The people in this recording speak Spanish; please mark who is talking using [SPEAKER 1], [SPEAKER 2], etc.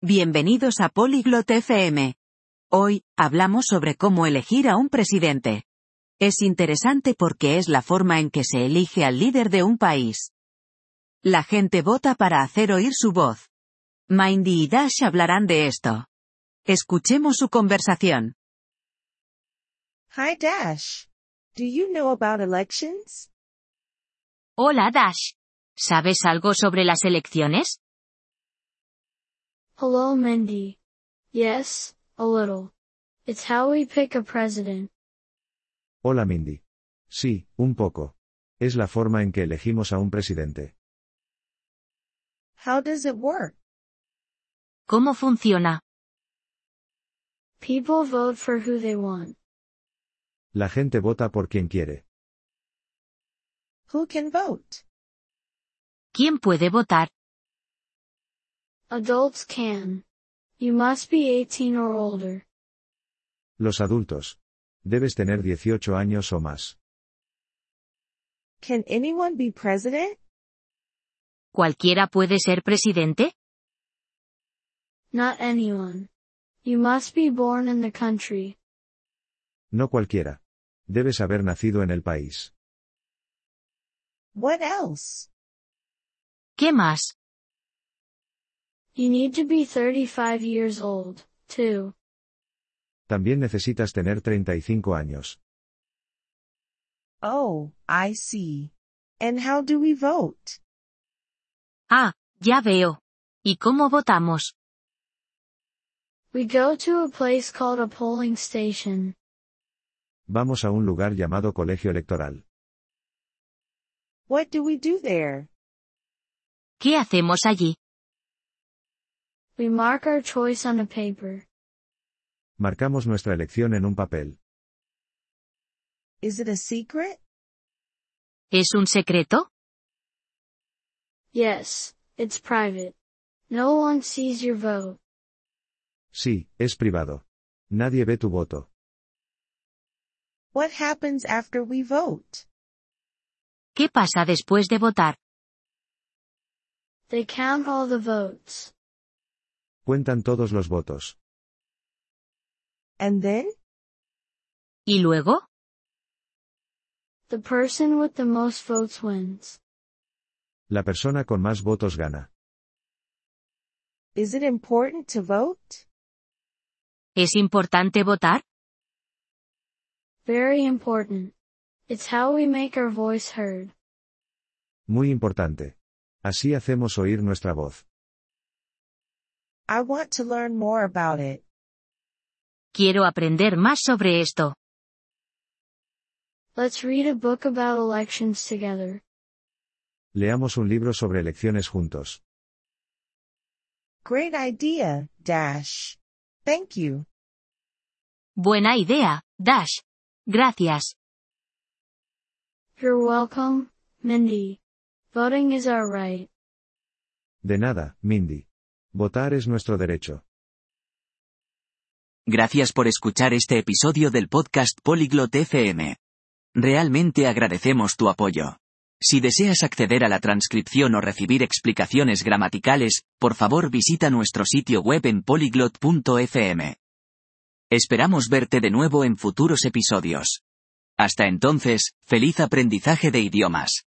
[SPEAKER 1] Bienvenidos a Polyglot FM. Hoy, hablamos sobre cómo elegir a un presidente. Es interesante porque es la forma en que se elige al líder de un país. La gente vota para hacer oír su voz. Mindy y Dash hablarán de esto. Escuchemos su conversación.
[SPEAKER 2] Hi Dash. Do you know about elections?
[SPEAKER 3] Hola Dash. ¿Sabes algo sobre las elecciones?
[SPEAKER 4] Hello Mindy. Yes, a little. It's how we pick a president.
[SPEAKER 5] Hola Mindy. Sí, un poco. Es la forma en que elegimos a un presidente.
[SPEAKER 2] How does it work?
[SPEAKER 3] ¿Cómo funciona?
[SPEAKER 4] People vote for who they want.
[SPEAKER 5] La gente vota por quien quiere.
[SPEAKER 2] Who can vote?
[SPEAKER 3] ¿Quién puede votar?
[SPEAKER 4] Adults can. You must be 18 or older.
[SPEAKER 5] Los adultos. Debes tener 18 años o más.
[SPEAKER 2] Can anyone be president?
[SPEAKER 3] ¿Cualquiera puede ser presidente?
[SPEAKER 4] Not anyone. You must be born in the country.
[SPEAKER 5] No cualquiera. Debes haber nacido en el país.
[SPEAKER 2] What else?
[SPEAKER 3] ¿Qué más?
[SPEAKER 4] You need to be 35 years old, too.
[SPEAKER 5] También necesitas tener 35 años.
[SPEAKER 2] Oh, I see. And how do we vote?
[SPEAKER 3] Ah, ya veo. ¿Y cómo votamos?
[SPEAKER 4] We go to a place called a polling station.
[SPEAKER 5] Vamos a un lugar llamado colegio electoral.
[SPEAKER 2] What do we do there?
[SPEAKER 3] ¿Qué hacemos allí?
[SPEAKER 4] We mark our choice on a paper.
[SPEAKER 5] Marcamos nuestra elección en un papel.
[SPEAKER 2] Is it a secret?
[SPEAKER 3] ¿Es un secreto?
[SPEAKER 4] Yes, it's private. No one sees your vote.
[SPEAKER 5] Sí, es privado. Nadie ve tu voto.
[SPEAKER 2] What happens after we vote?
[SPEAKER 3] ¿Qué pasa después de votar?
[SPEAKER 4] They count all the votes.
[SPEAKER 5] Cuentan todos los votos.
[SPEAKER 2] And then?
[SPEAKER 3] ¿Y luego?
[SPEAKER 4] The person with the most votes wins.
[SPEAKER 5] La persona con más votos gana.
[SPEAKER 2] Is it important to vote?
[SPEAKER 3] ¿Es importante votar?
[SPEAKER 4] Very important. It's how we make our voice heard.
[SPEAKER 5] Muy importante. Así hacemos oír nuestra voz.
[SPEAKER 2] I want to learn more about it.
[SPEAKER 3] Quiero aprender más sobre esto.
[SPEAKER 4] Let's read a book about elections together.
[SPEAKER 5] Leamos un libro sobre elecciones juntos.
[SPEAKER 2] Great idea, Dash. Thank you.
[SPEAKER 3] Buena idea, Dash. Gracias.
[SPEAKER 4] You're welcome, Mindy. Voting is our right.
[SPEAKER 5] De nada, Mindy. Votar es nuestro derecho.
[SPEAKER 1] Gracias por escuchar este episodio del podcast Polyglot FM. Realmente agradecemos tu apoyo. Si deseas acceder a la transcripción o recibir explicaciones gramaticales, por favor visita nuestro sitio web en polyglot.fm. Esperamos verte de nuevo en futuros episodios. Hasta entonces, feliz aprendizaje de idiomas.